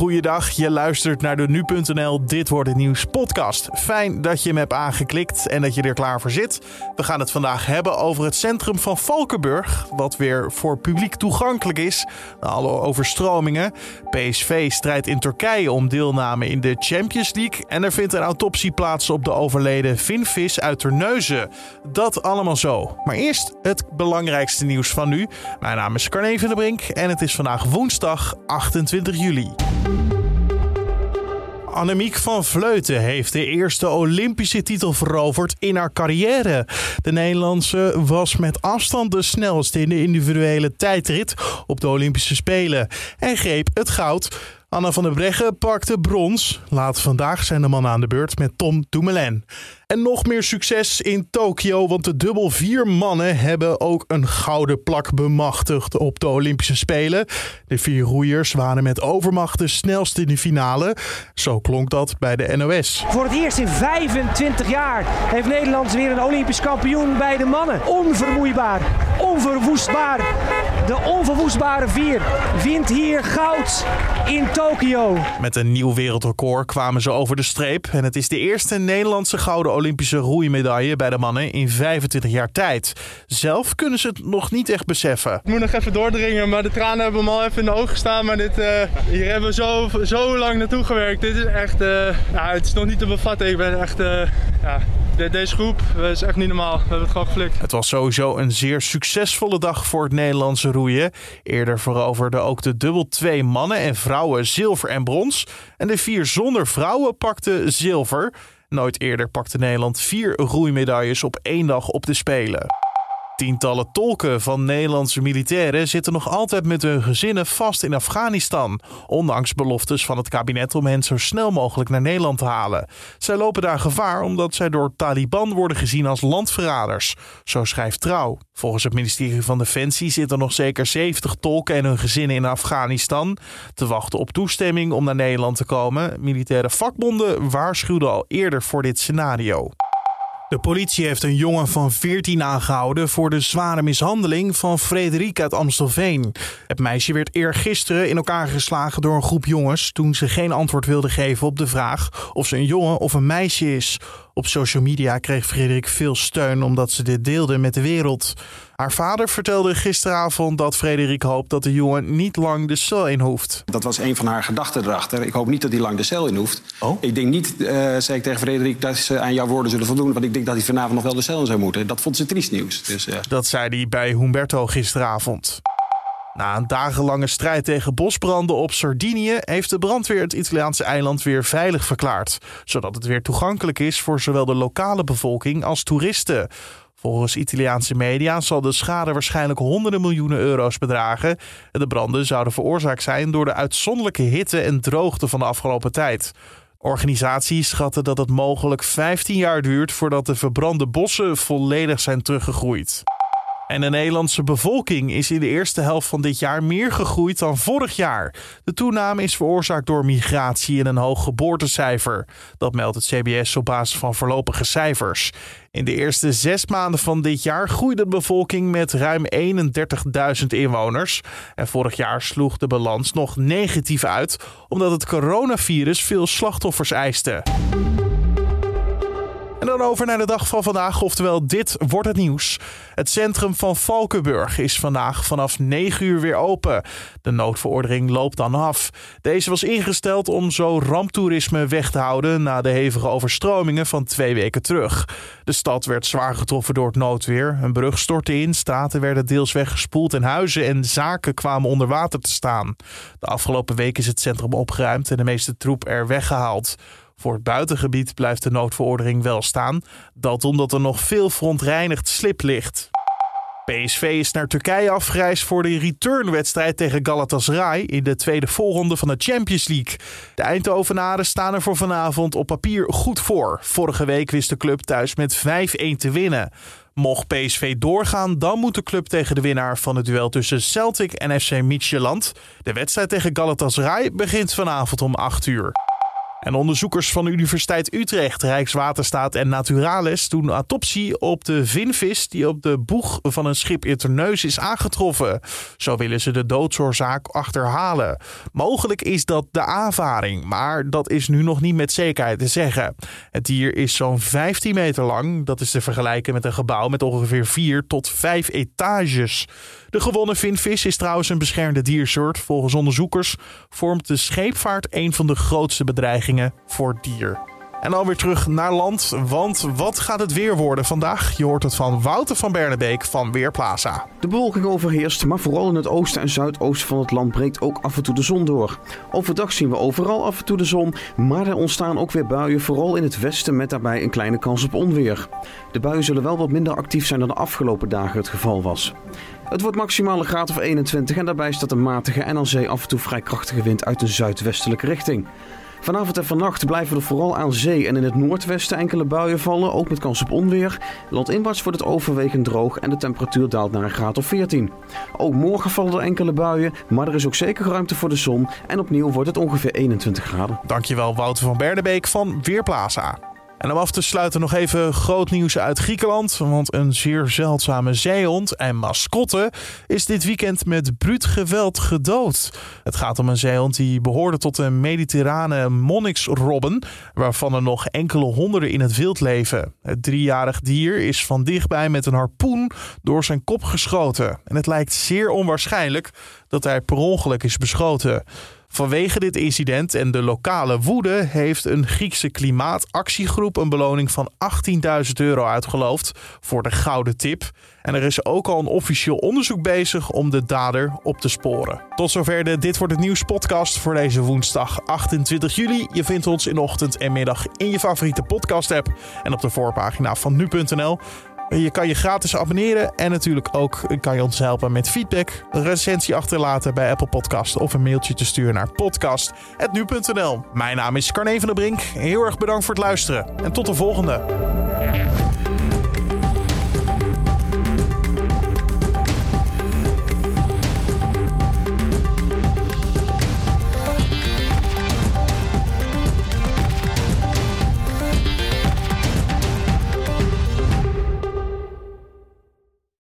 goeiedag. Je luistert naar de Nu.nl Dit Wordt Het Nieuws podcast. Fijn dat je hem hebt aangeklikt en dat je er klaar voor zit. We gaan het vandaag hebben over het centrum van Valkenburg, wat weer voor publiek toegankelijk is na alle overstromingen. PSV strijdt in Turkije om deelname in de Champions League. En er vindt een autopsie plaats op de overleden Vinvis uit Terneuzen. Dat allemaal zo. Maar eerst het belangrijkste nieuws van nu. Mijn naam is Carne van der Brink en het is vandaag woensdag 28 juli. Annemiek van Vleuten heeft de eerste Olympische titel veroverd in haar carrière. De Nederlandse was met afstand de snelste in de individuele tijdrit op de Olympische Spelen en greep het goud. Anna van der Breggen pakte brons. Later vandaag zijn de mannen aan de beurt met Tom Dumoulin. En nog meer succes in Tokio, want de dubbel 4 mannen hebben ook een gouden plak bemachtigd op de Olympische Spelen. De 4 roeiers waren met overmacht de snelste in de finale. Zo klonk dat bij de NOS. Voor het eerst in 25 jaar heeft Nederland weer een Olympisch kampioen bij de mannen. Onvermoeibaar, onverwoestbaar. De onverwoestbare 4 wint hier goud in Tokio. Met een nieuw wereldrecord kwamen ze over de streep. En het is de eerste Nederlandse gouden Olympische roeimedaille bij de mannen in 25 jaar tijd. Zelf kunnen ze het nog niet echt beseffen. Ik moet nog even doordringen, maar de tranen hebben me al even in de ogen gestaan. Maar hier hebben we zo lang naartoe gewerkt. Dit is echt, het is nog niet te bevatten. Ik ben echt, deze groep is echt niet normaal. We hebben het gewoon geflikt. Het was sowieso een zeer succesvolle dag voor het Nederlandse roeien. Eerder veroverden ook de dubbel 2 mannen en vrouwen zilver en brons. En de 4 zonder vrouwen pakten zilver. Nooit eerder pakte Nederland 4 roeimedailles op 1 dag op de Spelen. Tientallen tolken van Nederlandse militairen zitten nog altijd met hun gezinnen vast in Afghanistan. Ondanks beloftes van het kabinet om hen zo snel mogelijk naar Nederland te halen. Zij lopen daar gevaar omdat zij door Taliban worden gezien als landverraders. Zo schrijft Trouw. Volgens het ministerie van Defensie zitten nog zeker 70 tolken en hun gezinnen in Afghanistan te wachten op toestemming om naar Nederland te komen. Militaire vakbonden waarschuwden al eerder voor dit scenario. De politie heeft een jongen van 14 aangehouden voor de zware mishandeling van Frederik uit Amstelveen. Het meisje werd eergisteren in elkaar geslagen door een groep jongens toen ze geen antwoord wilde geven op de vraag of ze een jongen of een meisje is. Op social media kreeg Frederik veel steun omdat ze dit deelde met de wereld. Haar vader vertelde gisteravond dat Frederik hoopt dat de jongen niet lang de cel in hoeft. Dat was een van haar gedachten erachter. Ik hoop niet dat hij lang de cel in hoeft. Oh? Ik denk niet, zei ik tegen Frederik, dat ze aan jouw woorden zullen voldoen. Want ik denk dat hij vanavond nog wel de cel in zou moeten. Dat vond ze triest nieuws. Dus, Dat zei hij bij Humberto gisteravond. Na een dagenlange strijd tegen bosbranden op Sardinië heeft de brandweer het Italiaanse eiland weer veilig verklaard, zodat het weer toegankelijk is voor zowel de lokale bevolking als toeristen. Volgens Italiaanse media zal de schade waarschijnlijk honderden miljoenen euro's bedragen. De branden zouden veroorzaakt zijn door de uitzonderlijke hitte en droogte van de afgelopen tijd. Organisaties schatten dat het mogelijk 15 jaar duurt voordat de verbrande bossen volledig zijn teruggegroeid. En de Nederlandse bevolking is in de eerste helft van dit jaar meer gegroeid dan vorig jaar. De toename is veroorzaakt door migratie en een hoog geboortecijfer. Dat meldt het CBS op basis van voorlopige cijfers. In de eerste 6 maanden van dit jaar groeide de bevolking met ruim 31.000 inwoners. En vorig jaar sloeg de balans nog negatief uit, omdat het coronavirus veel slachtoffers eiste. En dan over naar de dag van vandaag, oftewel dit wordt het nieuws. Het centrum van Valkenburg is vandaag vanaf 9 uur weer open. De noodverordening loopt dan af. Deze was ingesteld om zo ramptoerisme weg te houden na de hevige overstromingen van 2 weken terug. De stad werd zwaar getroffen door het noodweer. Een brug stortte in, straten werden deels weggespoeld en huizen en zaken kwamen onder water te staan. De afgelopen week is het centrum opgeruimd en de meeste troep er weggehaald. Voor het buitengebied blijft de noodverordening wel staan. Dat omdat er nog veel verontreinigd slib ligt. PSV is naar Turkije afgereisd voor de returnwedstrijd tegen Galatasaray in de tweede voorronde van de Champions League. De Eindhovenaren staan er voor vanavond op papier goed voor. Vorige week wist de club thuis met 5-1 te winnen. Mocht PSV doorgaan, dan moet de club tegen de winnaar van het duel tussen Celtic en FC Midtjylland. De wedstrijd tegen Galatasaray begint vanavond om 8 uur. En onderzoekers van de Universiteit Utrecht, Rijkswaterstaat en Naturalis doen autopsie op de vinvis die op de boeg van een schip in Terneuzen is aangetroffen. Zo willen ze de doodsoorzaak achterhalen. Mogelijk is dat de aanvaring, maar dat is nu nog niet met zekerheid te zeggen. Het dier is zo'n 15 meter lang. Dat is te vergelijken met een gebouw met ongeveer 4 tot 5 etages. De gewonnen vinvis is trouwens een beschermde diersoort. Volgens onderzoekers vormt de scheepvaart een van de grootste bedreigingen voor het dier. En dan weer terug naar land, want wat gaat het weer worden vandaag? Je hoort het van Wouter van Bernebeek van Weerplaza. De bewolking overheerst, maar vooral in het oosten en zuidoosten van het land breekt ook af en toe de zon door. Overdag zien we overal af en toe de zon, maar er ontstaan ook weer buien, vooral in het westen met daarbij een kleine kans op onweer. De buien zullen wel wat minder actief zijn dan de afgelopen dagen het geval was. Het wordt maximaal een graad of 21 en daarbij staat een matige en aan zee af en toe vrij krachtige wind uit een zuidwestelijke richting. Vanavond en vannacht blijven er vooral aan zee en in het noordwesten enkele buien vallen, ook met kans op onweer. Landinwaarts wordt het overwegend droog en de temperatuur daalt naar een graad of 14. Ook morgen vallen er enkele buien, maar er is ook zeker ruimte voor de zon en opnieuw wordt het ongeveer 21 graden. Dankjewel Wouter van Bernebeek van Weerplaza. En om af te sluiten nog even groot nieuws uit Griekenland. Want een zeer zeldzame zeehond en mascotte is dit weekend met bruut geweld gedood. Het gaat om een zeehond die behoorde tot de mediterrane monniksrobben, waarvan er nog enkele honderden in het wild leven. Het 3-jarig dier is van dichtbij met een harpoen door zijn kop geschoten. En het lijkt zeer onwaarschijnlijk dat hij per ongeluk is beschoten. Vanwege dit incident en de lokale woede heeft een Griekse klimaatactiegroep een beloning van €18.000 uitgeloofd voor de gouden tip. En er is ook al een officieel onderzoek bezig om de dader op te sporen. Tot zover de Dit Wordt Het Nieuws podcast voor deze woensdag 28 juli. Je vindt ons in de ochtend en middag in je favoriete podcast app en op de voorpagina van nu.nl. Je kan je gratis abonneren en natuurlijk ook kan je ons helpen met feedback, een recensie achterlaten bij Apple Podcast of een mailtje te sturen naar podcast@nu.nl. Mijn naam is Carne van der Brink. Heel erg bedankt voor het luisteren en tot de volgende.